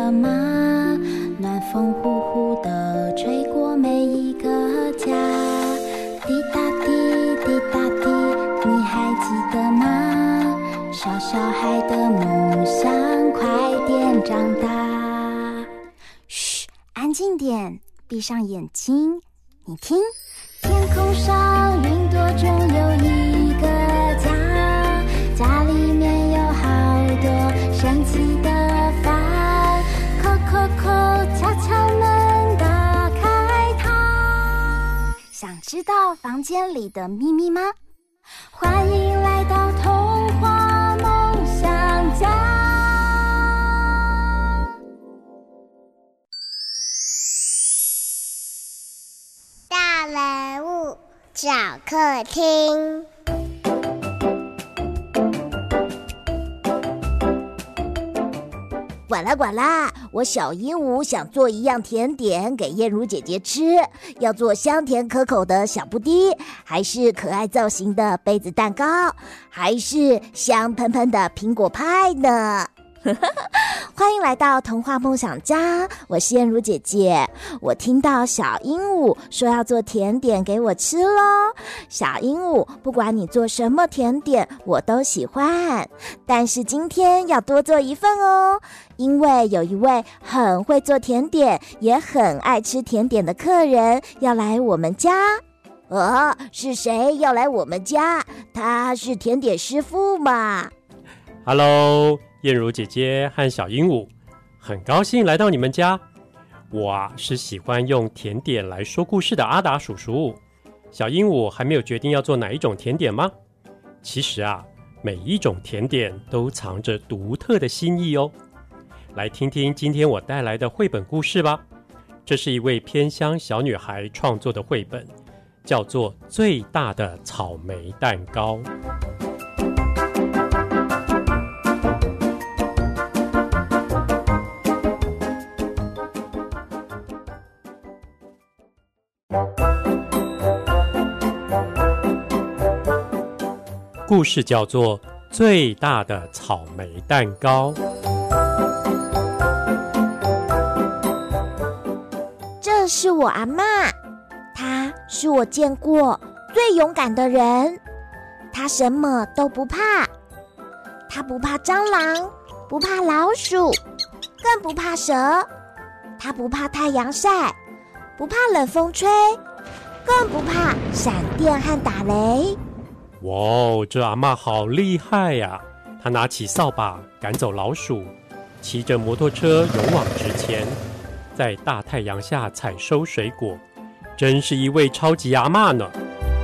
了吗？暖风呼呼地吹过每一个家，滴答滴，滴答滴，你还记得吗？小小孩的梦想，快点长大。嘘，安静点，闭上眼睛，你听，天空上云朵中有一个家，家里面有好多神奇的饭，叩叩叩，敲敲门，打开它。想知道房间里的秘密吗？欢迎来到童话梦想家。 大人物小客厅。 管啦管啦，我小鹦鹉想做一样甜点给燕如姐姐吃，要做香甜可口的小布丁，还是可爱造型的杯子蛋糕，还是香喷喷的苹果派呢？欢迎来到童话梦想家，我是燕如姐姐。我听到小鹦鹉说要做甜点给我吃咯。小鹦鹉，不管你做什么甜点我都喜欢，但是今天要多做一份哦，因为有一位很会做甜点也很爱吃甜点的客人要来我们家。是谁要来我们家？他是甜点师傅嘛。 Hello， 燕如姐姐和小鹦鹉，很高兴来到你们家。我是喜欢用甜点来说故事的阿达叔叔。小鹦鹉还没有决定要做哪一种甜点吗？其实每一种甜点都藏着独特的心意哦。来听听今天我带来的绘本故事吧。这是一位偏乡小女孩创作的绘本，叫做《最大的草莓蛋糕》。故事叫做《最大的草莓蛋糕》。 这是我阿嬷，她是我见过最勇敢的人，她什么都不怕，她不怕蟑螂，不怕老鼠，更不怕蛇，她不怕太阳晒，不怕冷风吹，更不怕闪电和打雷。 哇哦，这阿嬷好厉害呀！她拿起扫把赶走老鼠，骑着摩托车勇往直前，在大太阳下采收水果，真是一位超级阿嬷呢。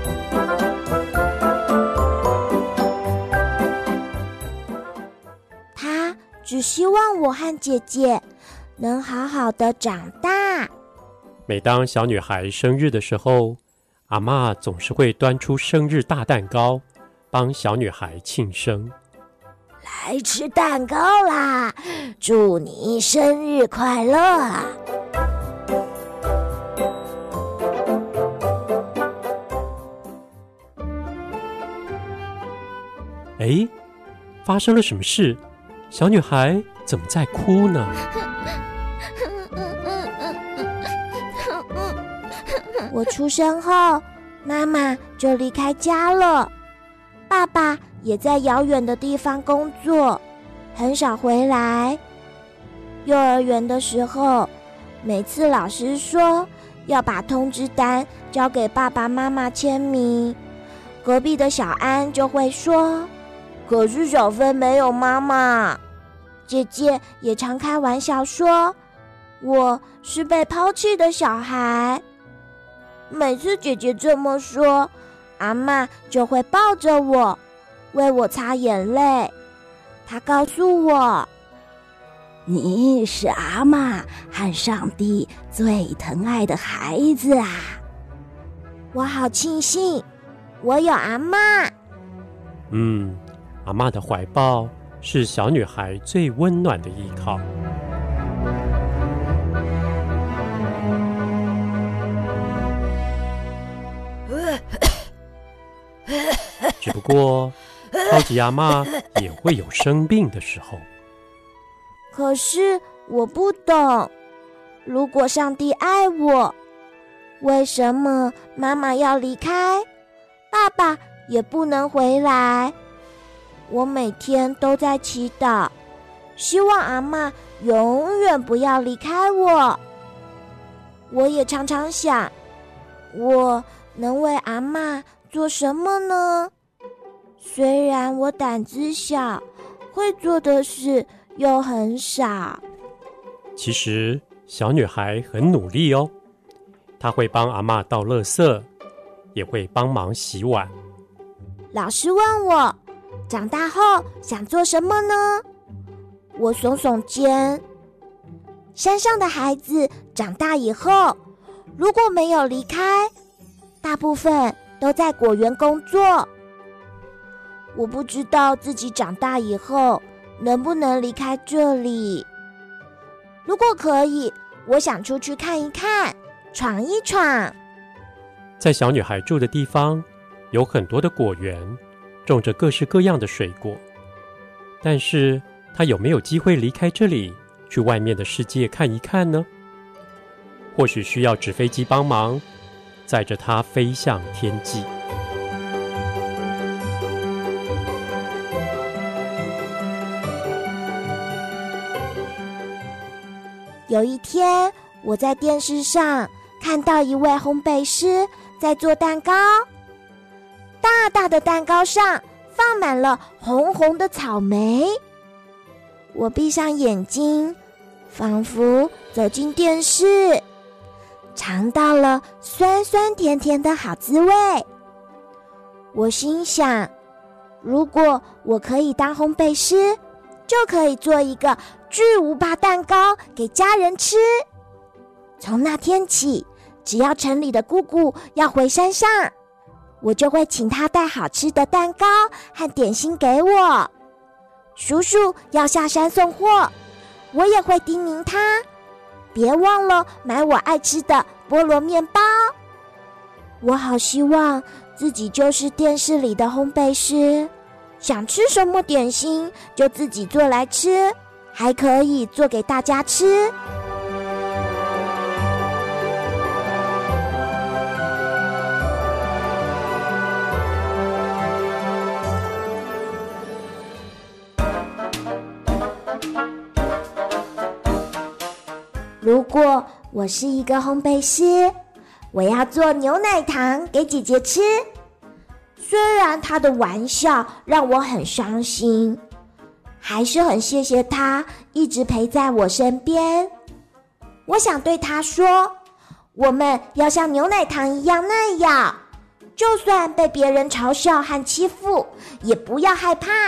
她只希望我和姐姐能好好的长大。 每当小女孩生日的时候，阿嬷总是会端出生日大蛋糕，帮小女孩庆生。 来吃蛋糕啦！祝你生日快乐啊！ 哎，发生了什么事？小女孩怎么在哭呢？ 我出生后，妈妈就离开家了，爸爸也在遥远的地方工作，很少回来。幼儿园的时候，每次老师说要把通知单交给爸爸妈妈签名，隔壁的小安就会说：“可是小飞没有妈妈。”姐姐也常开玩笑说：“我是被抛弃的小孩。”每次姐姐这么说，阿嬷就会抱着我，为我擦眼泪。她告诉我：“你是阿嬷和上帝最疼爱的孩子啊！”我好庆幸，我有阿嬷。 阿嬷的怀抱是小女孩最温暖的依靠。只不过，超级阿嬷也会有生病的时候。 可是我不懂，如果上帝爱我，为什么妈妈要离开，爸爸也不能回来？我每天都在祈祷，希望阿嬷永远不要离开我。我也常常想，我能为阿嬷做什么呢？虽然我胆子小，会做的事又很少。 其实小女孩很努力哦，她会帮阿嬷倒垃圾，也会帮忙洗碗。 老师问我，长大后想做什么呢？我耸耸肩。山上的孩子长大以后，如果没有离开，大部分都在果园工作。我不知道自己长大以后能不能离开这里。如果可以，我想出去看一看，闯一闯。 在小女孩住的地方，有很多的果园，种着各式各样的水果。但是她有没有机会离开这里，去外面的世界看一看呢？或许需要纸飞机帮忙，载着她飞向天际。 有一天，我在电视上看到一位烘焙师在做蛋糕，大大的蛋糕上放满了红红的草莓。我闭上眼睛，仿佛走进电视，尝到了酸酸甜甜的好滋味。我心想，如果我可以当烘焙师，就可以做一个巨无霸蛋糕给家人吃。从那天起，只要城里的姑姑要回山上，我就会请她带好吃的蛋糕和点心给我。叔叔要下山送货，我也会叮咛他，别忘了买我爱吃的菠萝面包。我好希望自己就是电视里的烘焙师，想吃什么点心就自己做来吃，还可以做给大家吃。如果我是一个烘焙师，我要做牛奶糖给姐姐吃。虽然她的玩笑让我很伤心，还是很谢谢她一直陪在我身边。我想对她说，我们要像牛奶糖一样那样，就算被别人嘲笑和欺负，也不要害怕。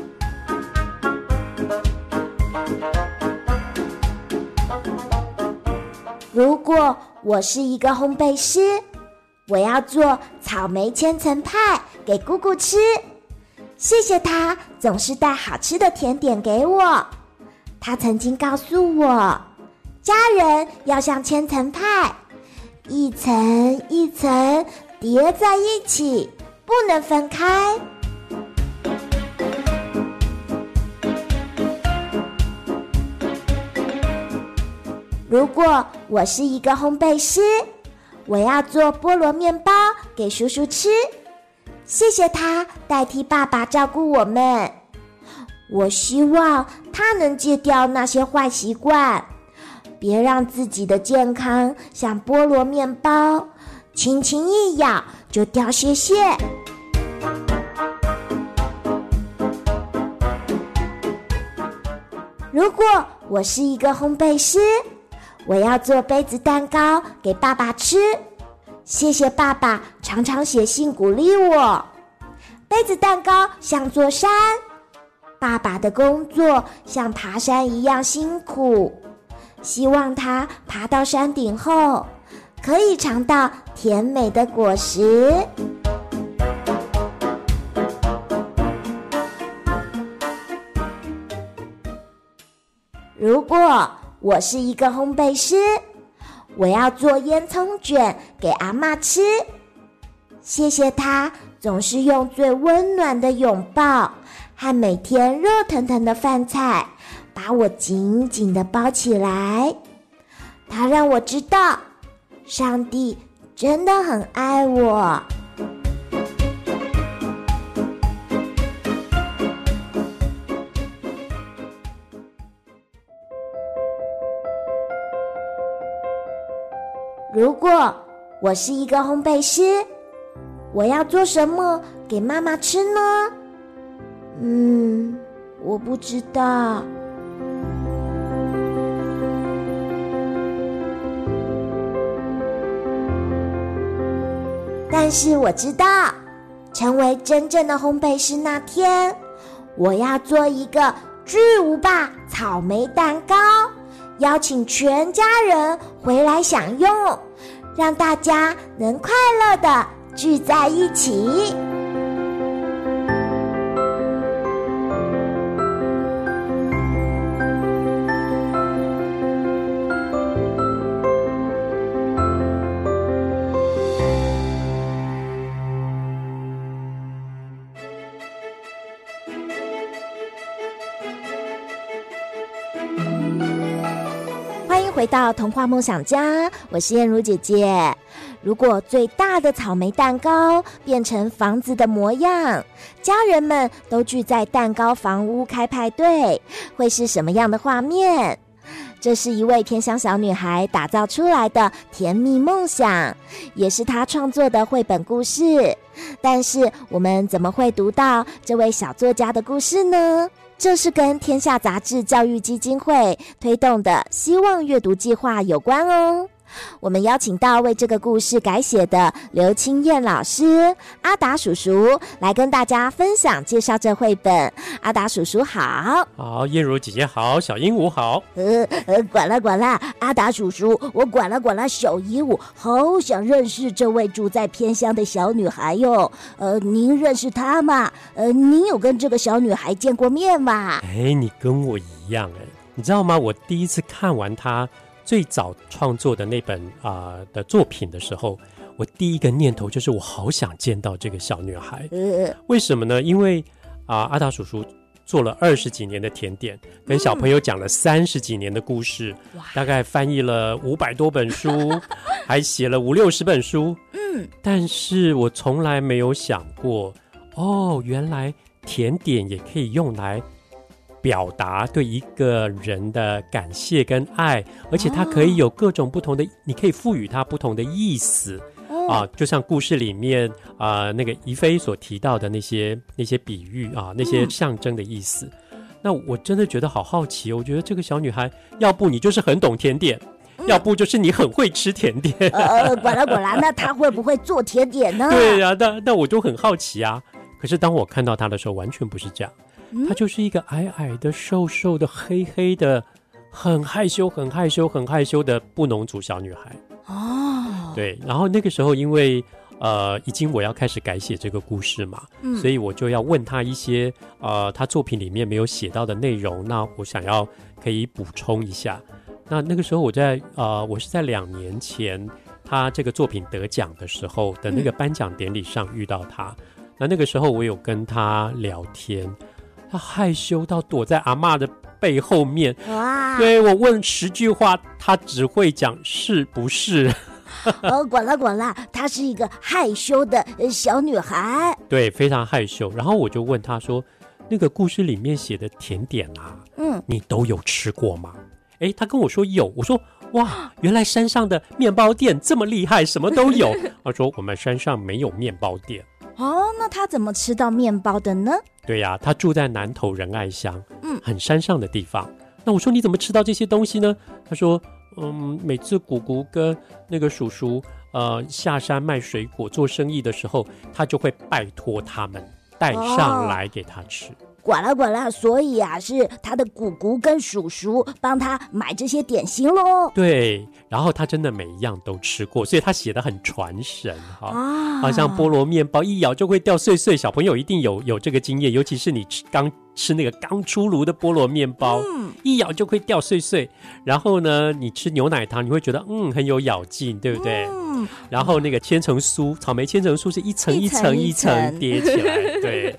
如果我是一个烘焙师，我要做草莓千层派给姑姑吃。谢谢她总是带好吃的甜点给我。她曾经告诉我，家人要像千层派，一层一层叠在一起，不能分开。如果我是一个烘焙师，我要做菠萝面包给叔叔吃。谢谢他代替爸爸照顾我们。我希望他能戒掉那些坏习惯，别让自己的健康像菠萝面包，轻轻一咬就掉屑屑。如果我是一个烘焙师，我要做杯子蛋糕给爸爸吃。谢谢爸爸常常写信鼓励我。杯子蛋糕像座山，爸爸的工作像爬山一样辛苦。希望他爬到山顶后，可以尝到甜美的果实。如果我是一个烘焙师，我要做烟囱卷给阿嬷吃。谢谢她总是用最温暖的拥抱和每天热腾腾的饭菜， 把我紧紧地包起来。它让我知道，上帝真的很爱我。如果我是一个烘焙师，我要做什么给妈妈吃呢？我不知道。但是我知道，成为真正的烘焙师那天，我要做一个巨无霸草莓蛋糕，邀请全家人回来享用，让大家能快乐地聚在一起。回到童话梦想家，我是燕如姐姐。如果最大的草莓蛋糕变成房子的模样，家人们都聚在蛋糕房屋开派对，会是什么样的画面？这是一位偏乡小女孩打造出来的甜蜜梦想，也是她创作的绘本故事。但是我们怎么会读到这位小作家的故事呢？这是跟天下杂志教育基金会推动的希望阅读计划有关哦。我们邀请到为这个故事改写的刘清燕老师、阿达叔叔来跟大家分享介绍这绘本。阿达叔叔好。 好，燕如姐姐好，小鹦鹉好。 管了，阿达叔叔，我管了小鹦鹉，好想认识这位住在偏乡的小女孩哟。您认识她吗？您有跟这个小女孩见过面吗？ 你跟我一样你知道吗？我第一次看完她最早创作的那本的作品的时候，我第一个念头就是我好想见到这个小女孩。为什么呢？因为阿达叔叔做了20几年的甜点，跟小朋友讲了30几年的故事，大概翻译了500多本书，还写了50-60本书。但是我从来没有想过，原来甜点也可以用来表达对一个人的感谢跟爱，而且它可以有各种不同的，你可以赋予它不同的意思。就像故事里面那个宜妃所提到的那些比喻那些象征的意思。那我真的觉得好好奇我觉得这个小女孩，要不你就是很懂甜点，要不就是你很会吃甜点。 管了，那她会不会做甜点呢？ 对呀，那我就很好奇啊。可是当我看到她的时候，完全不是这样。她就是一个矮矮的、瘦瘦的、黑黑的、很害羞的布农族小女孩。对，然后那个时候因为已经我要开始改写这个故事嘛，所以我就要问她一些她作品里面没有写到的内容，那我想要可以补充一下。那个时候我是在2年前她这个作品得奖的时候的那个颁奖典礼上遇到她。那个时候我有跟她聊天，她害羞到躲在阿嬷的背后面。对，我问10句话，她只会讲是不是。 管了，她是一个害羞的小女孩。 对，非常害羞。然后我就问她说，那个故事里面写的甜点你都有吃过吗？她跟我说有。我说哇，原来山上的面包店这么厉害，什么都有。她说我们山上没有面包店。 那她怎么吃到面包的呢？ 对呀，她住在南投仁爱乡，很山上的地方。那我说你怎么吃到这些东西呢？她说每次姑姑跟那个叔叔下山卖水果做生意的时候，他就会拜托他们带上来给他吃。 管了，所以是他的姑姑跟叔叔帮他买这些点心咯。 对，然后他真的每一样都吃过，所以他写得很传神好像菠萝面包一咬就会掉碎碎，小朋友一定有这个经验，尤其是你吃那个刚出炉的菠萝面包，一咬就会掉碎碎。然后呢，你吃牛奶糖，你会觉得很有咬劲，对不对？然后那个千层酥，草莓千层酥是一层一层叠起来，对。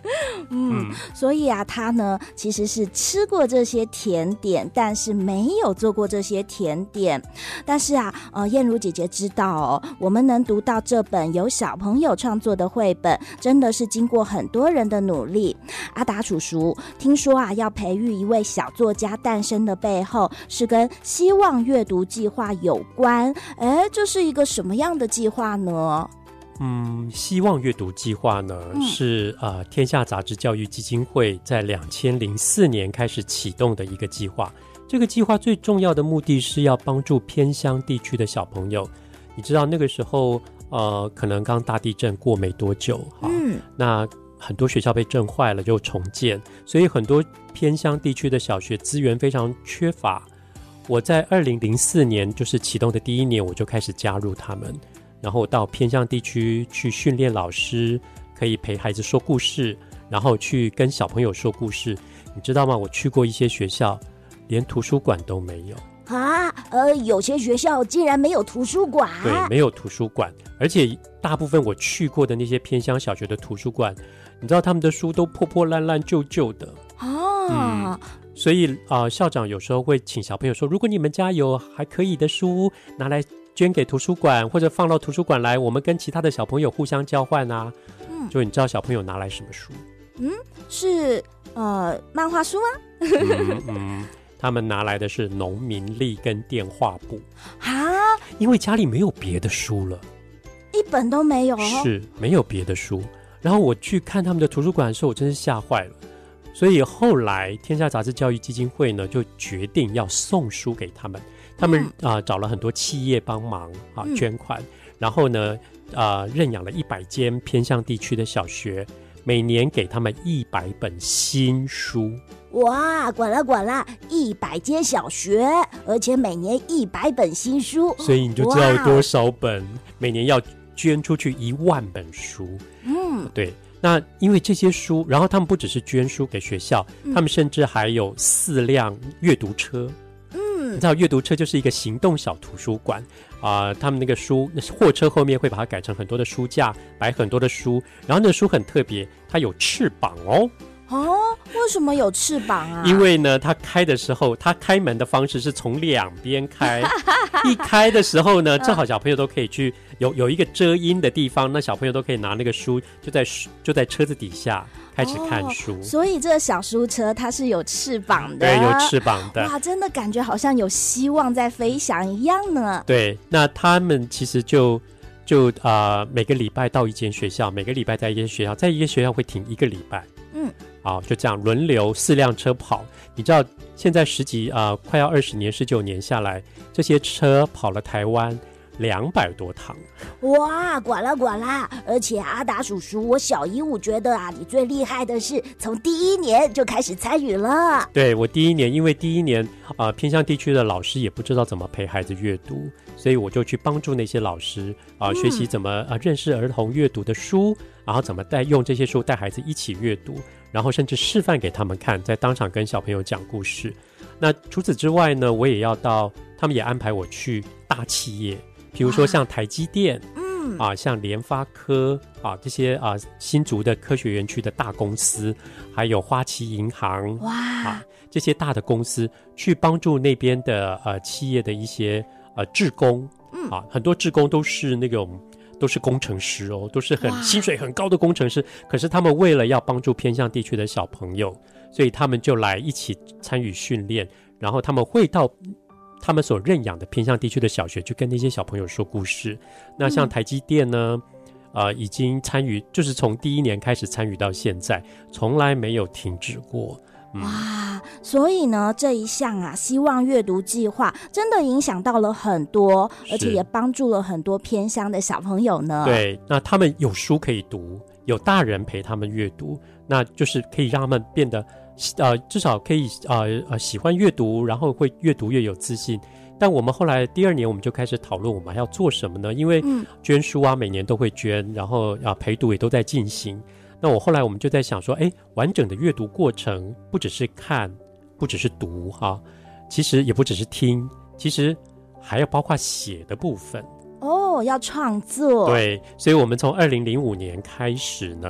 所以啊，他呢其实是吃过这些甜点，但是没有做过这些甜点。但是啊，燕如姐姐知道哦，我们能读到这本由小朋友创作的绘本，真的是经过很多人的努力。阿达叔叔听说啊，要培育一位小作家诞生的背后，是跟希望阅读计划有关。这是一个什么样的计划呢？ 希望阅读计划呢，是天下杂志教育基金会在2004年开始启动的一个计划。这个计划最重要的目的是要帮助偏乡地区的小朋友。你知道那个时候可能刚大地震过没多久，那很多学校被震坏了就重建，所以很多偏乡地区的小学资源非常缺乏。我在2004年就是启动的第一年，我就开始加入他们，然后到偏乡地区去训练老师，可以陪孩子说故事，然后去跟小朋友说故事。你知道吗？我去过一些学校连图书馆都没有啊！有些学校竟然没有图书馆。 对，没有图书馆，而且大部分我去过的那些偏乡小学的图书馆，你知道他们的书都破破烂烂旧旧的所以校长有时候会请小朋友说，如果你们家有还可以的书，拿来捐给图书馆，或者放到图书馆来，我们跟其他的小朋友互相交换啊。就你知道小朋友拿来什么书？ 是漫画书吗？ 他们拿来的是农民历跟电话簿因为家里没有别的书了， 一本都没有是没有别的书。然后我去看他们的图书馆的时候，我真是吓坏了。所以后来天下杂志教育基金会呢，就决定要送书给他们。他们找了很多企业帮忙捐款，然后呢认养了100间偏乡地区的小学，每年给他们100本新书。 哇，管了，100间小学，而且每年100本新书， 所以你就知道有多少本，每年要捐出去1万本书。对。那因为这些书，然后他们不只是捐书给学校，他们甚至还有4辆阅读车。你知道阅读车就是一个行动小图书馆他们那个书货车后面会把它改成很多的书架，摆很多的书，然后那个书很特别，它有翅膀为什么有翅膀啊？ 因为呢，它开的时候，它开门的方式是从2边开一开的时候呢，正好小朋友都可以去有一个遮阴的地方，那小朋友都可以拿那个书就在车子底下开始看书。 所以这个小书车它是有翅膀的。 对，有翅膀的。 哇，真的感觉好像有希望在飞翔一样呢。 对，那他们其实就每个礼拜到一间学校，每个礼拜在一间学校，在一个学校会停1个礼拜。就这样轮流4辆车跑。你知道现在快要20年19年下来，这些车跑了台湾200多趟。 哇，管了！而且阿达叔叔，我小鹦鹉觉得你最厉害的是从第1年就开始参与了。 对，我第1年，因为第1年偏乡地区的老师也不知道怎么陪孩子阅读，所以我就去帮助那些老师学习怎么认识儿童阅读的书，然后怎么用这些书带孩子一起阅读，然后甚至示范给他们看，在当场跟小朋友讲故事。那除此之外呢，我也要到，他们也安排我去大企业，比如说像台积电像联发科这些新竹的科学园区的大公司，还有花旗银行这些大的公司，去帮助那边的企业的一些志工很多志工都是工程师都是薪水很高的工程师，可是他们为了要帮助偏乡地区的小朋友，所以他们就来一起参与训练，然后他们会到他们所认养的偏乡地区的小学去跟那些小朋友说故事。那像台积电呢已经参与，就是从第1年开始参与到现在，从来没有停止过。 哇，所以呢，这一项希望阅读计划真的影响到了很多，而且也帮助了很多偏乡的小朋友呢。 对，那他们有书可以读，有大人陪他们阅读，那就是可以让他们变得至少可以喜欢阅读，然后会越读越有自信。但我们后来第2年我们就开始讨论我们还要做什么呢？因为捐书每年都会捐，然后陪读也都在进行。那后来我们就在想说，完整的阅读过程不只是看，不只是读其实也不只是听，其实还要包括写的部分要创作。 对，所以我们从2005年开始呢，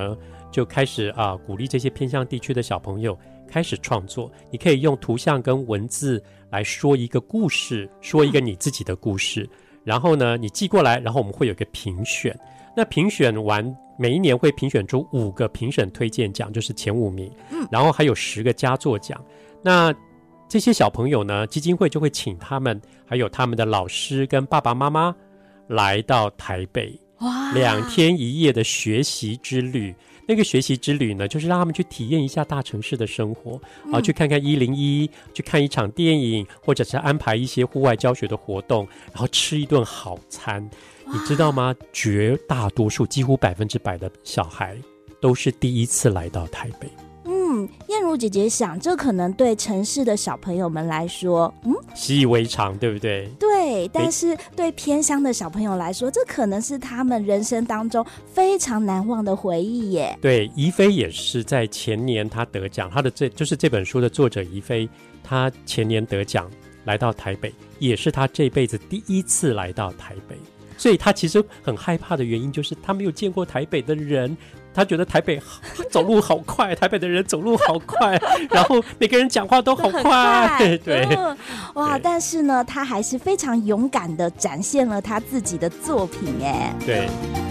就开始鼓励这些偏乡地区的小朋友开始创作。你可以用图像跟文字来说一个故事，说一个你自己的故事，然后呢你寄过来，然后我们会有一个评选。那评选完，每一年会评选出5个评审推荐奖，就是前5名，然后还有10个佳作奖。那这些小朋友呢，基金会就会请他们还有他们的老师跟爸爸妈妈来到台北，2天1夜的学习之旅。那个学习之旅呢，就是让他们去体验一下大城市的生活，去看看101，去看一场电影，或者是安排一些户外教学的活动，然后吃一顿好餐。你知道吗？绝大多数几乎100%的小孩都是第一次来到台北。 燕如姐姐想，这可能对城市的小朋友们来说， 习以为常，对不对？ 对，但是对偏乡的小朋友来说，这可能是他们人生当中非常难忘的回忆耶。 对，宜飞也是在前年他得奖，他的就是这本书的作者宜飞，他前年得奖来到台北，也是他这辈子第一次来到台北。所以他其实很害怕的原因就是他没有见过台北的人，他觉得台北走路好快，台北的人走路好快，然后每个人讲话都好快，对， 哇！但是呢，他还是非常勇敢的展现了他自己的作品，哎， 对。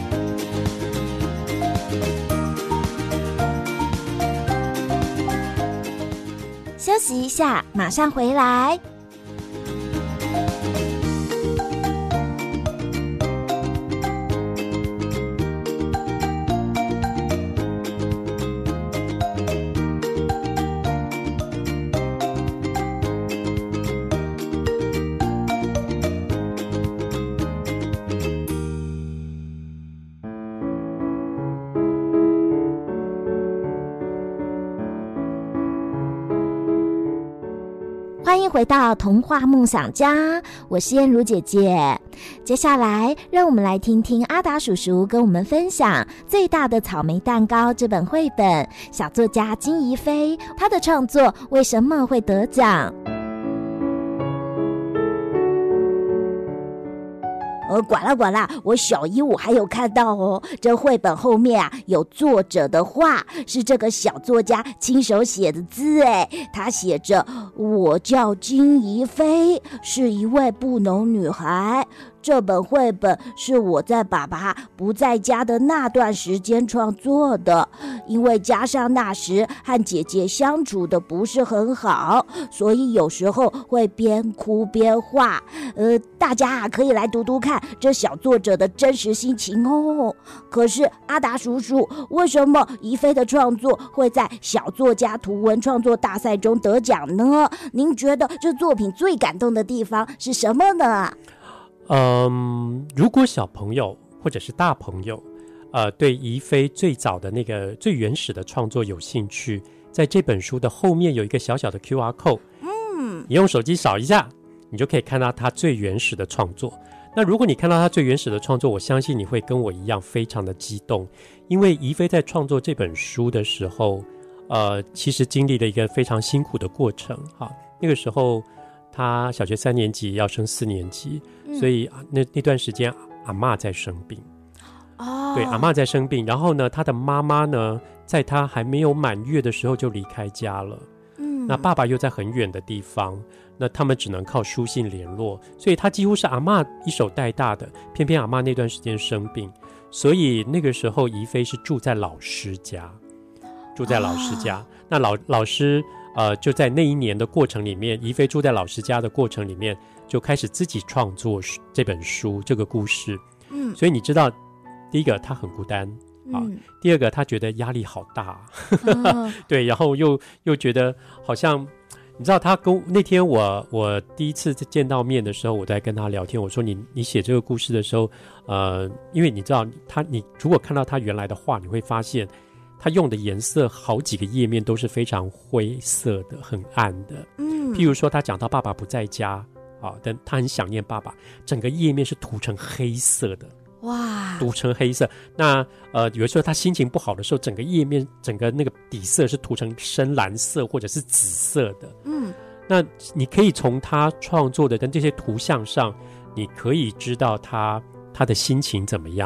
休息一下，马上回来。欢迎回到童话梦想家，我是燕如姐姐。接下来让我们来听听阿达叔叔跟我们分享《最大的草莓蛋糕》这本绘本，小作家金怡菲她的创作为什么会得奖。 管啦，我小鹦鹉还有看到哦，这绘本后面有作者的话，是这个小作家亲手写的字哎，他写着：我叫金怡菲，是一位布农女孩。这本绘本是我在爸爸不在家的那段时间创作的，因为加上那时和姐姐相处的不是很好，所以有时候会边哭边画。大家可以来读读看这小作者的真实心情哦。可是阿达叔叔，为什么怡菲的创作会在小作家图文创作大赛中得奖呢？您觉得这作品最感动的地方是什么呢？ 如果小朋友或者是大朋友对怡菲最早的那个最原始的创作有兴趣，在这本书的后面有一个小小的 QR code， 你用手机扫一下，你就可以看到他最原始的创作。那如果你看到他最原始的创作，我相信你会跟我一样非常的激动，因为怡菲在创作这本书的时候其实经历了一个非常辛苦的过程那个时候他小学3年级要升4年级，所以那段时间阿嬷在生病。对，阿嬷在生病，然后呢他的妈妈呢在他还没有满月的时候就离开家了。那爸爸又在很远的地方，那他们只能靠书信联络，所以他几乎是阿嬷一手带大的。偏偏阿嬷那段时间生病，所以那个时候怡菲是住在老师家。那老师就在那一年的过程里面，怡菲住在老师家的过程里面，就开始自己创作这本书这个故事。所以你知道，第一个他很孤单第二个他觉得压力好大对，然后又觉得好像你知道他跟那天我第一次见到面的时候，我在跟他聊天，我说你写这个故事的时候因为你知道你如果看到他原来的画，你会发现他用的颜色好几个页面都是非常灰色的，很暗的。譬如说他讲到爸爸不在家但他很想念爸爸，整个页面是涂成黑色的。哇，涂成黑色。那有的时候他心情不好的时候，整个页面整个那个底色是涂成深蓝色或者是紫色的。那你可以从他创作的跟这些图像上，你可以知道他的心情怎么样。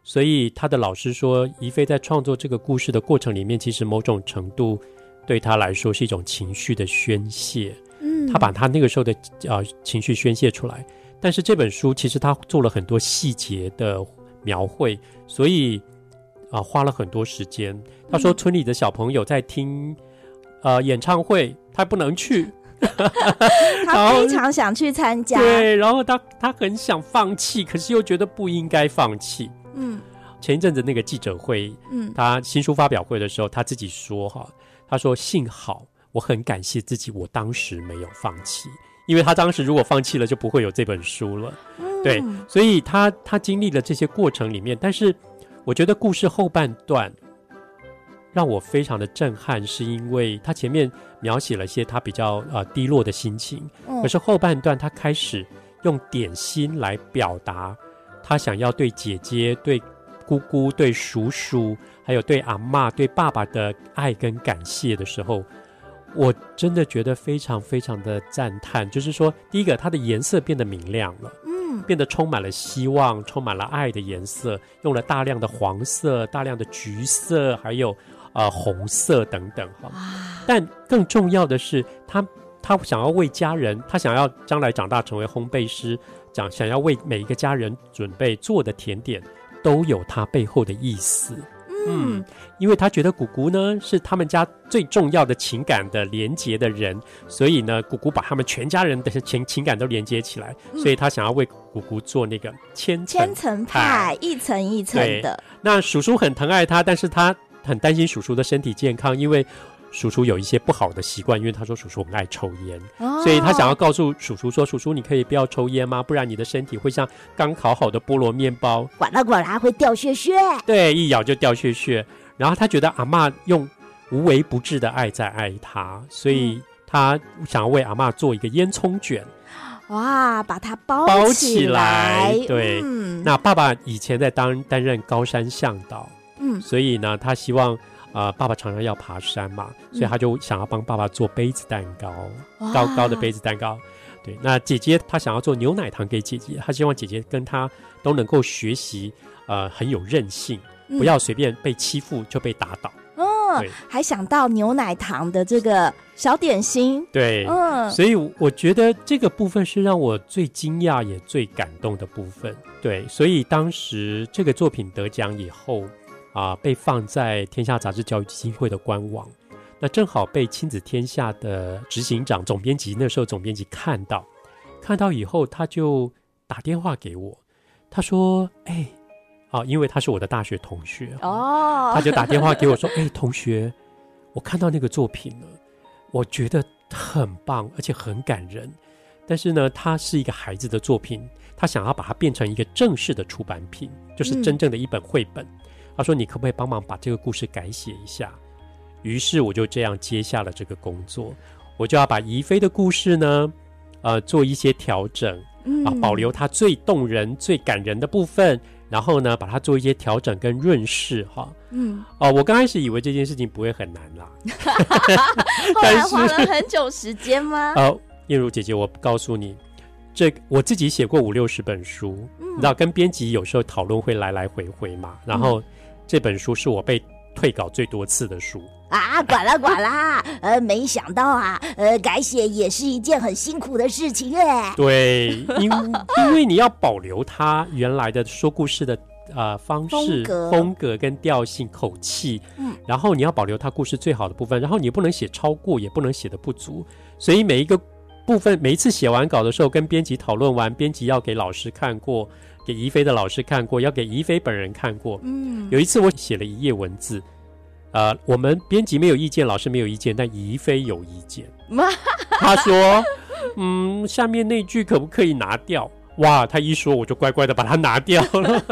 所以他的老师说，宜妃在创作这个故事的过程里面，其实某种程度对他来说是一种情绪的宣泄。他把他那个时候的情绪宣泄出来。但是这本书其实他做了很多细节的描绘，所以花了很多时间。他说村里的小朋友在听演唱会，他不能去。 他非常想去参加， 对，然后他很想放弃，可是又觉得不应该放弃。前一阵子那个记者会，他新书发表会的时候，他自己说他说幸好我很感谢自己，我当时没有放弃，因为他当时如果放弃了，就不会有这本书了。对，所以他经历了这些过程里面，但是我觉得故事后半段让我非常的震撼，是因为他前面描写了些他比较低落的心情，可是后半段他开始用点心来表达他想要对姐姐、对姑姑、对叔叔，还有对阿嬷、对爸爸的爱跟感谢的时候，我真的觉得非常非常的赞叹。就是说，第一个，它的颜色变得明亮了，变得充满了希望，充满了爱的颜色，用了大量的黄色、大量的橘色，还有红色等等但更重要的是，他想要为家人，他想要将来长大成为烘焙师，想要为每一个家人准备做的甜点，都有他背后的意思。因为他觉得姑姑呢是他们家最重要的情感的连结的人，所以呢姑姑把他们全家人的情感都连接起来，所以他想要为姑姑做那个千层派， 一层一层的。 那叔叔很疼爱他，但是他很担心叔叔的身体健康，因为叔叔有一些不好的习惯，因为他说叔叔很爱抽烟，所以他想要告诉叔叔说，叔叔你可以不要抽烟吗？不然你的身体会像刚烤好的菠萝面包， 呱啦呱啦会掉屑屑。 对，一咬就掉屑屑。然后他觉得阿嬷用无微不至的爱在爱他，所以他想要为阿嬷做一个烟囱卷。 哇，把它包起来。 对，那爸爸以前在担任高山向导，所以呢他希望爸爸常常要爬山嘛，所以他就想要帮爸爸做杯子蛋糕，高高的杯子蛋糕。对，那姐姐她想要做牛奶糖给姐姐，她希望姐姐跟她都能够学习很有韧性，不要随便被欺负就被打倒。 还想到牛奶糖的这个小点心。 对，所以我觉得这个部分是让我最惊讶也最感动的部分。对，所以当时这个作品得奖以后被放在天下杂志教育基金会的官网，那正好被亲子天下的执行长总编辑，那时候总编辑看到以后，他就打电话给我，他说因为他是我的大学同学他就打电话给我说同学，我看到那个作品了，我觉得很棒，而且很感人，但是呢它是一个孩子的作品，他想要把它变成一个正式的出版品，就是真正的一本绘本。他说你可不可以帮忙把这个故事改写一下？于是我就这样接下了这个工作，我就要把宜妃的故事呢做一些调整保留它最动人最感人的部分，然后呢把它做一些调整跟润饰我刚开始以为这件事情不会很难啦后来花了很久时间吗？ 燕如姐姐，我告诉你，我自己写过50-60本书，你知道跟编辑有时候讨论会来来回回嘛，然后这本书是我被退稿最多次的书呱啦呱啦没想到改写也是一件很辛苦的事情对，因为你要保留它原来的说故事的方式风格跟调性口气然后你要保留它故事最好的部分，然后你不能写超过也不能写的不足，所以每一个部分每一次写完稿的时候跟编辑讨论完，编辑要给老师看过，给宜妃的老师看过，要给宜妃本人看过有一次我写了1页文字我们编辑没有意见，老师没有意见，但宜妃有意见他说下面那句可不可以拿掉？哇，他一说我就乖乖的把它拿掉了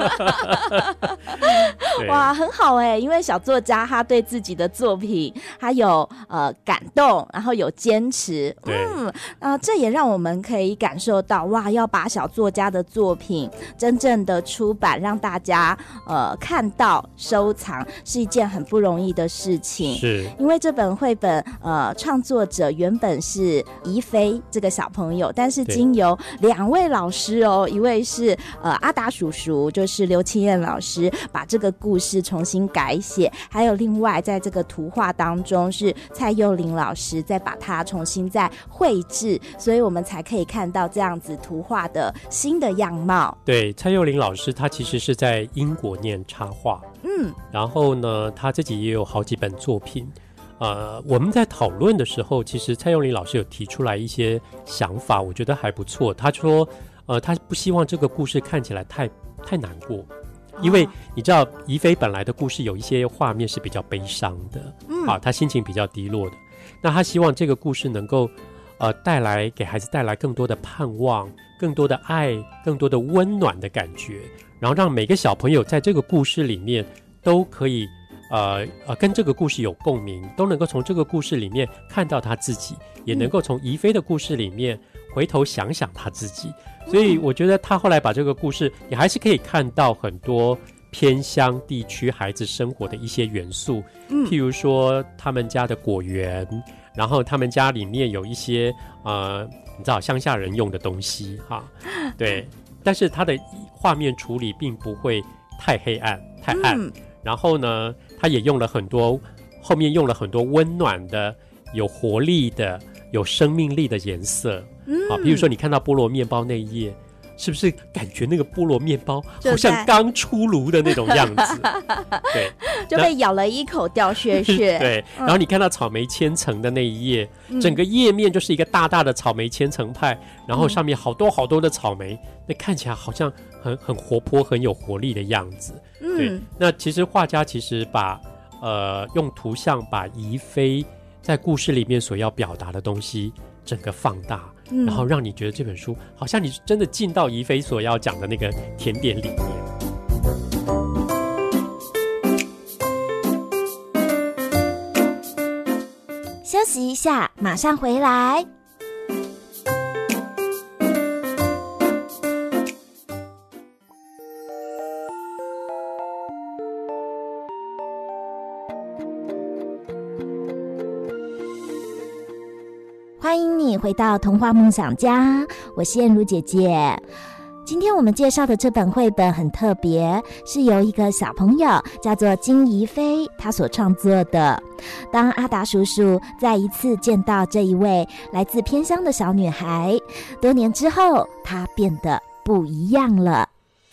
哇，很好因为小作家他对自己的作品他有感动，然后有坚持这也让我们可以感受到哇，要把小作家的作品真正的出版让大家看到收藏是一件很不容易的事情， 是因为这本绘本创作者原本是宜妃这个小朋友，但是经由2位老师师哦，一位是阿达叔叔，就是刘清燕老师把这个故事重新改写，还有另外在这个图画当中是蔡佑玲老师再把它重新再绘制，所以我们才可以看到这样子图画的新的样貌。 对，蔡佑玲老师她其实是在英国念插画，然后呢她自己也有好几本作品。我们在讨论的时候，其实蔡佑玲老师有提出来一些想法，我觉得还不错。他说，他不希望这个故事看起来太难过，因为你知道宜妃本来的故事有一些画面是比较悲伤的，他心情比较低落的。那他希望这个故事能够给孩子带来更多的盼望，更多的爱，更多的温暖的感觉，然后让每个小朋友在这个故事里面都可以跟这个故事有共鸣，都能够从这个故事里面看到他自己，也能够从宜妃的故事里面回头想想他自己。所以我觉得他后来把这个故事，你还是可以看到很多偏乡地区孩子生活的一些元素，譬如说他们家的果园，然后他们家里面有一些你知道乡下人用的东西哈，对，但是他的画面处理并不会太黑暗太暗，然后呢他也用了很多，后面用了很多温暖的有活力的有生命力的颜色，比如说你看到菠萝面包那一页，是不是感觉那个菠萝面包好像刚出炉的那种样子？对， 就被咬了一口掉屑屑。 对，然后你看到草莓千层的那一页，整个页面就是一个大大的草莓千层派，然后上面好多好多的草莓，那看起来好像很活泼、很有活力的样子。对，那其实画家其实把用图像把宜妃在故事里面所要表达的东西整个放大。然后让你觉得这本书好像你真的进到宜妃所要讲的那个甜点里面。 休息一下，马上回来。欢迎你回到童话梦想家，我是燕如姐姐。今天我们介绍的这本绘本很特别，是由一个小朋友叫做金宜妃他所创作的。当阿达叔叔再一次见到这一位来自偏乡的小女孩，多年之后她变得不一样了。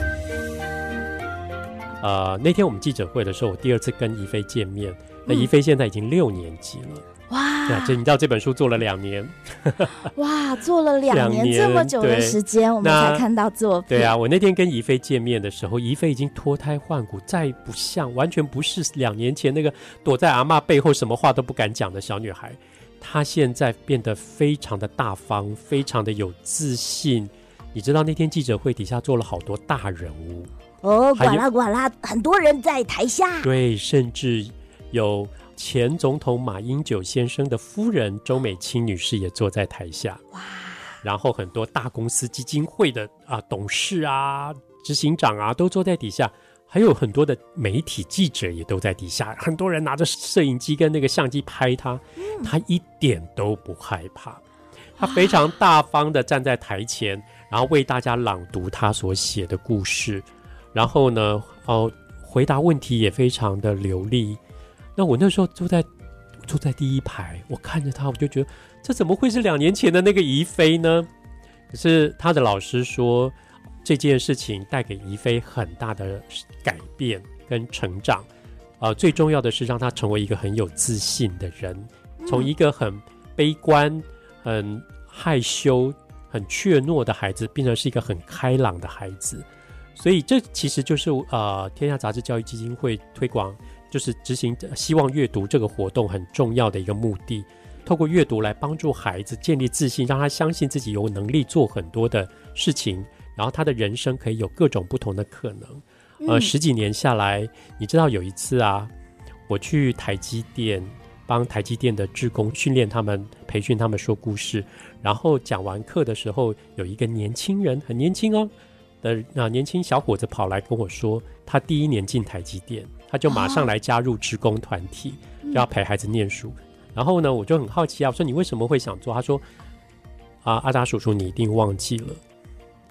那天我们记者会的时候，我第二次跟宜妃见面，那宜妃现在已经6年级了。哇！你知道这本书做了2年， 哇，做了2年这么久的时间，我们才看到作品。 对啊，我那天跟宜妃见面的时候，宜妃已经脱胎换骨，再不像，完全不是2年前那个躲在阿嬷背后什么话都不敢讲的小女孩。她现在变得非常的大方，非常的有自信。你知道那天记者会底下坐了好多大人物哦，呱啦呱啦，很多人在台下。 对，甚至有前总统马英九先生的夫人周美青女士也坐在台下。哇！然后很多大公司基金会的董事啊、执行长啊都坐在底下，还有很多的媒体记者也都在底下，很多人拿着摄影机跟那个相机拍他，他一点都不害怕，他非常大方的站在台前，然后为大家朗读他所写的故事，然后呢，回答问题也非常的流利。那我那时候坐在第一排，我看着他，我就觉得这怎么会是2年前的那个宜妃呢？可是他的老师说，这件事情带给宜妃很大的改变跟成长。最重要的是让他成为一个很有自信的人，从一个很悲观、很害羞、很怯懦的孩子，变成是一个很开朗的孩子。所以这其实就是天下杂志教育基金会推广，就是执行希望阅读这个活动很重要的一个目的，透过阅读来帮助孩子建立自信，让他相信自己有能力做很多的事情，然后他的人生可以有各种不同的可能。10几年下来，你知道有一次我去台积电帮台积电的志工训练他们，培训他们说故事，然后讲完课的时候，有一个年轻人，很年轻的年轻小伙子跑来跟我说，他第1年进台积电，他就马上来加入志工团体，就要陪孩子念书。然后呢，我就很好奇我说你为什么会想做？他说阿达叔叔，你一定忘记了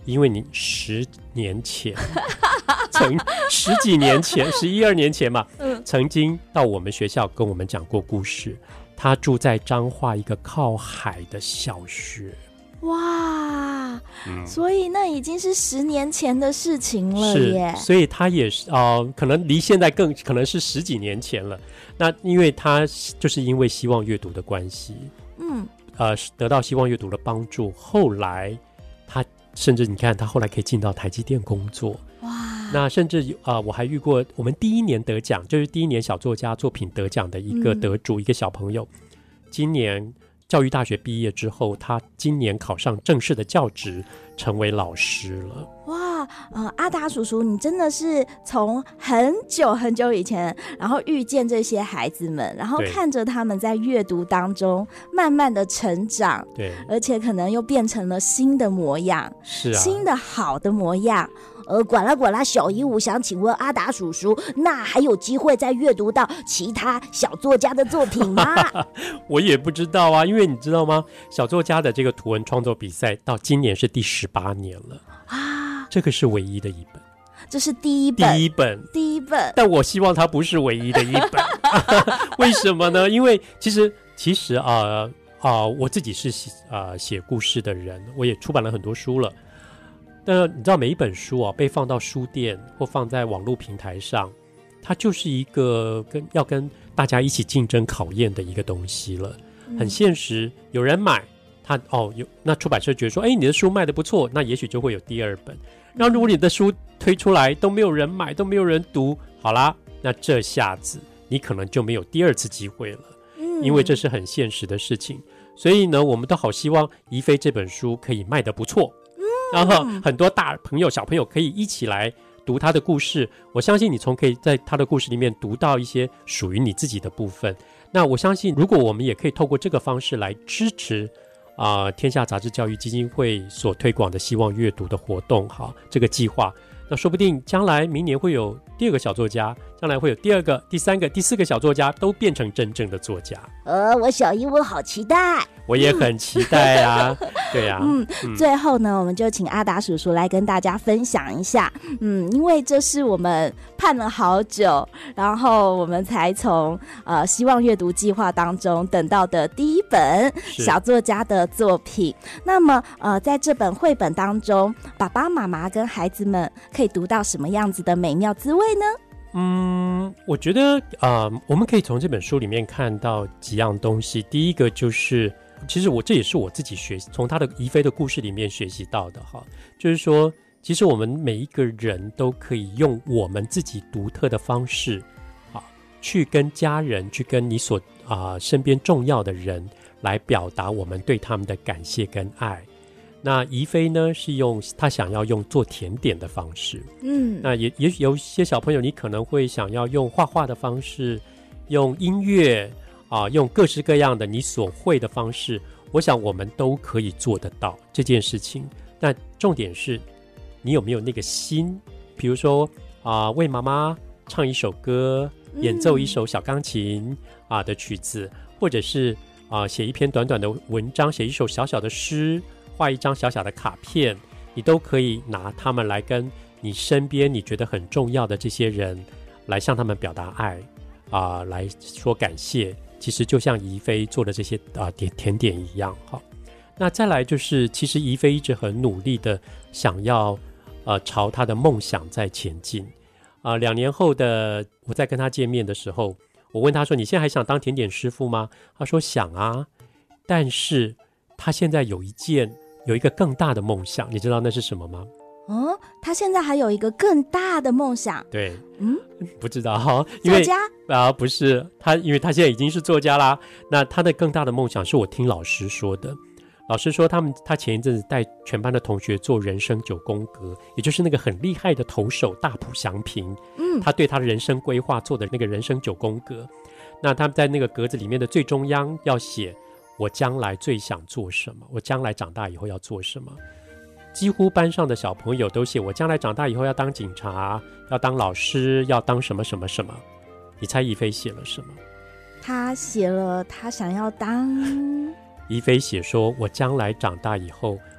因为你10年前十几年前11、12年前嘛，曾经到我们学校跟我们讲过故事。他住在彰化一个靠海的小学。 哇，所以那已经是10年前的事情了耶。 是，所以他也是可能离现在更可能是10几年前了。那因为他就是因为希望阅读的关系，得到希望阅读的帮助，后来他甚至你看他后来可以进到台积电工作。哇，那甚至我还遇过我们第1年得奖，就是第1年小作家作品得奖的一个得主，一个小朋友，今年教育大学毕业之后，他今年考上正式的教职，成为老师了。 哇，阿达叔叔，你真的是从很久很久以前，然后遇见这些孩子们，然后看着他们在阅读当中慢慢的成长，对，而且可能又变成了新的模样，是啊，新的好的模样。 管啦，小鹦鹉想请问阿达叔叔，那还有机会再阅读到其他小作家的作品吗？ 我也不知道啊，因为你知道吗？小作家的这个图文创作比赛到今年是第18年了啊，这个是唯一的一本， 这是第一本， 但我希望它不是唯一的一本。为什么呢？因为其实我自己是写故事的人，我也出版了很多书了。但你知道每一本书被放到书店或放在网络平台上，它就是一个要跟大家一起竞争考验的一个东西了，很现实。有人买它那出版社觉得说，你的书卖得不错，那也许就会有第2本。那如果你的书推出来都没有人买，都没有人读，好啦，那这下子你可能就没有第2次机会了，因为这是很现实的事情。所以呢，我们都好希望宜妃这本书可以卖得不错。然后很多大朋友小朋友可以一起来读他的故事，我相信你可以在他的故事里面读到一些属于你自己的部分。那我相信如果我们也可以透过这个方式来支持天下杂志教育基金会所推广的希望阅读的活动，这个计划，那说不定将来明年会有第2个小作家，将来会有第2个、第3个、第4个小作家都变成真正的作家。 我小鹦鹉好期待。 我也很期待啊。对啊。 最后呢，我们就请阿达叔叔来跟大家分享一下，因为这是我们盼了好久，然后我们才从希望阅读计划当中等到的第1本小作家的作品。那么在这本绘本当中，爸爸妈妈跟孩子们可以读到什么样子的美妙滋味呢？ 我觉得我们可以从这本书里面看到几样东西。第一个就是其实这也是我自己从他的宜妃的故事里面学习到的就是说其实我们每一个人都可以用我们自己独特的方式去跟家人，去跟你所身边重要的人来表达我们对他们的感谢跟爱。那宜妃呢是他想要用做甜点的方式，那也许有些小朋友你可能会想要用画画的方式，用音乐用各式各样的你所会的方式，我想我们都可以做得到这件事情。但重点是你有没有那个心，比如说为妈妈唱一首歌，演奏一首小钢琴的曲子，或者是写一篇短短的文章，写一首小小的诗，画一张小小的卡片，你都可以拿它们来跟你身边你觉得很重要的这些人来向他们表达爱来说感谢。其实就像宜妃做的这些甜点一样。那再来就是其实宜妃一直很努力的想要朝她的梦想在前进。2年后的我在跟她见面的时候，我问她说，你现在还想当甜点师傅吗？她说想啊，但是她现在有一个更大的梦想，你知道那是什么吗？ 他现在还有一个更大的梦想。对， 不知道因为作家不是他，因为他现在已经是作家啦。那他的更大的梦想是我听老师说的。老师说他前一阵子带全班的同学做人生9宫格，也就是那个很厉害的投手大埔祥平，他对他的人生规划做的那个人生9宫格。那他们在那个格子里面的最中央要写我将来最想做什么，我将来长大以后要做什么。几乎班上的小朋友都写我将来长大以后要当警察，要当老师，要当什么什么什么。你猜宜妃写了什么？ 他写了他想要当宜妃写说我将来长大以后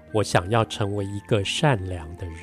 我想要成为一个善良的人。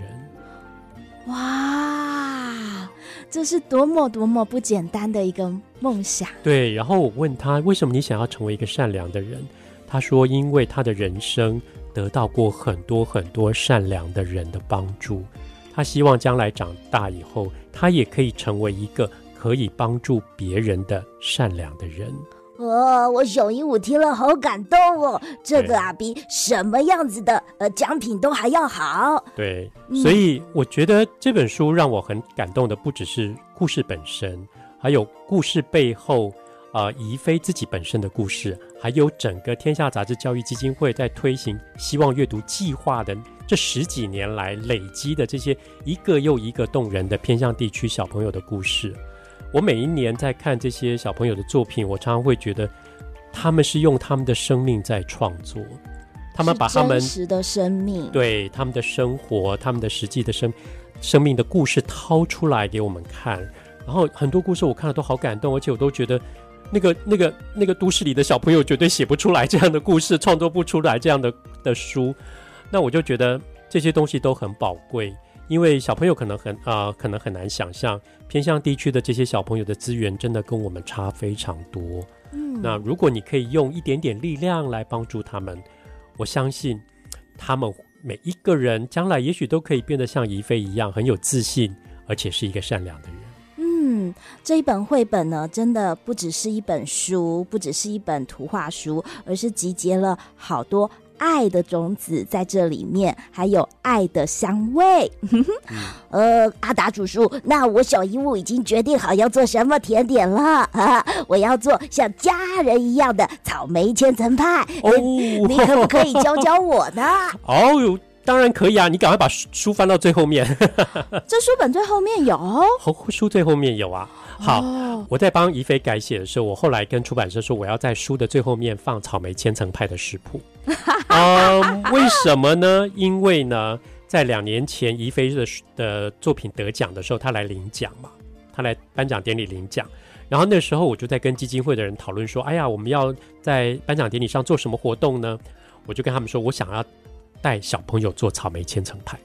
哇，这是多么多么不简单的一个梦想。 对，然后我问他，为什么你想要成为一个善良的人？他说，因为他的人生得到过很多很多善良的人的帮助，他希望将来长大以后，他也可以成为一个可以帮助别人的善良的人。 我小鹦鹉听了好感动哦，这个啊比什么样子的奖品都还要好。 对，所以我觉得这本书让我很感动的不只是故事本身，还有故事背后宜妃自己本身的故事，还有整个天下杂志教育基金会在推行希望阅读计划的这10几年来累积的这些一个又一个动人的偏乡地区小朋友的故事。我每一年在看这些小朋友的作品，我常常会觉得他们是用他们的生命在创作，他们把他们真实的生命， 对他们的生活，他们的实际的生命的故事掏出来给我们看。然后很多故事我看了都好感动，而且我都觉得那个都市里的小朋友绝对写不出来这样的故事，创作不出来这样的书。那我就觉得这些东西都很宝贵，因为小朋友可能很难想象，偏乡地区的这些小朋友的资源真的跟我们差非常多。那如果你可以用一点点力量来帮助他们，我相信他们每一个人将来也许都可以变得像宜妃一样很有自信，而且是一个善良的人。 这一本绘本呢，真的不只是一本书，不只是一本图画书，而是集结了好多爱的种子在这里面，还有爱的香味。 阿达叔叔，那我小鹦鹉已经决定好要做什么甜点了我要做像家人一样的草莓千层派。你可不可以教教我呢？ 当然可以啊，你赶快把书翻到最后面。 这书本最后面有书最后面有啊。好，我在帮宜妃改写的时候，我后来跟出版社说，我要在书的最后面放草莓千层派的食谱。为什么呢？因为呢，在2年前宜妃的作品得奖的时候，他来领奖嘛，他来颁奖典礼领奖。然后那时候我就在跟基金会的人讨论说，哎呀，我们要在颁奖典礼上做什么活动呢？我就跟他们说，我想要带小朋友做草莓千层派。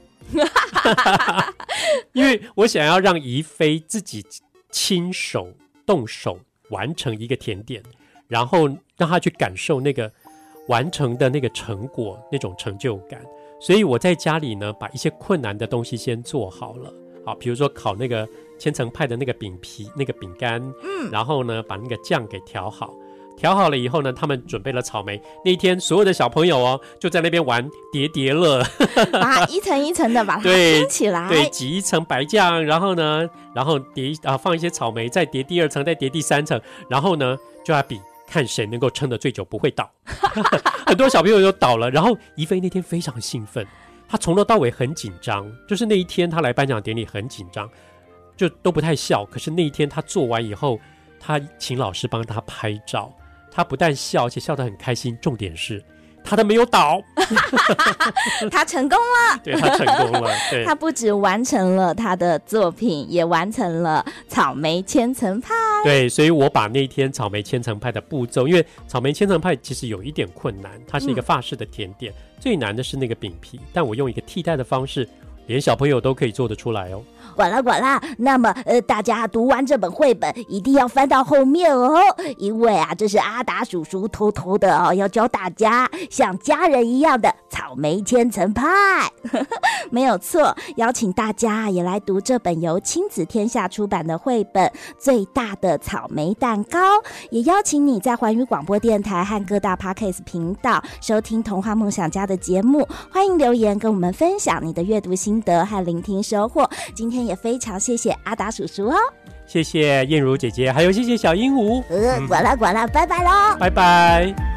因为我想要让宜妃自己亲手动手完成一个甜点，然后让他去感受那个完成的那个成果，那种成就感。所以我在家里呢，把一些困难的东西先做好了。好，比如说烤那个千层派的那个饼皮、那个饼干，然后呢，把那个酱给调好。调好了以后呢，他们准备了草莓。那一天，所有的小朋友就在那边玩叠叠乐， 把一层一层的把它拼起来， 对，挤一层白酱，然后呢，放一些草莓，再叠第2层，再叠第3层，然后呢，就要比看谁能够撑得最久，不会倒。很多小朋友都倒了，然后宜妃那天非常兴奋，她从头到尾很紧张，就是那一天她来颁奖典礼很紧张，就都不太笑。可是那一天她做完以后，她请老师帮她拍照。他不但笑，而且笑得很开心，重点是他都没有倒。 他成功了。 对，他成功了。对， 他不只完成了他的作品，也完成了草莓千层派。 对，所以我把那天草莓千层派的步骤，因为草莓千层派其实有一点困难，它是一个法式的甜点，最难的是那个饼皮，但我用一个替代的方式，连小朋友都可以做得出来哦。 管啦，那么大家读完这本绘本一定要翻到后面哦，因为这是阿达叔叔偷偷的要教大家像家人一样的草莓千层派。 没有错，邀请大家也来读这本由亲子天下出版的绘本《最大的草莓蛋糕》，也邀请你在环宇广播电台和各大 Podcast 频道收听童话梦想家的节目，欢迎留言跟我们分享你的阅读心得和聆听收获。今天也非常谢谢阿达叔叔哦， 谢谢燕如姐姐，还有谢谢小鹦鹉。 管啦，拜拜咯， 拜拜。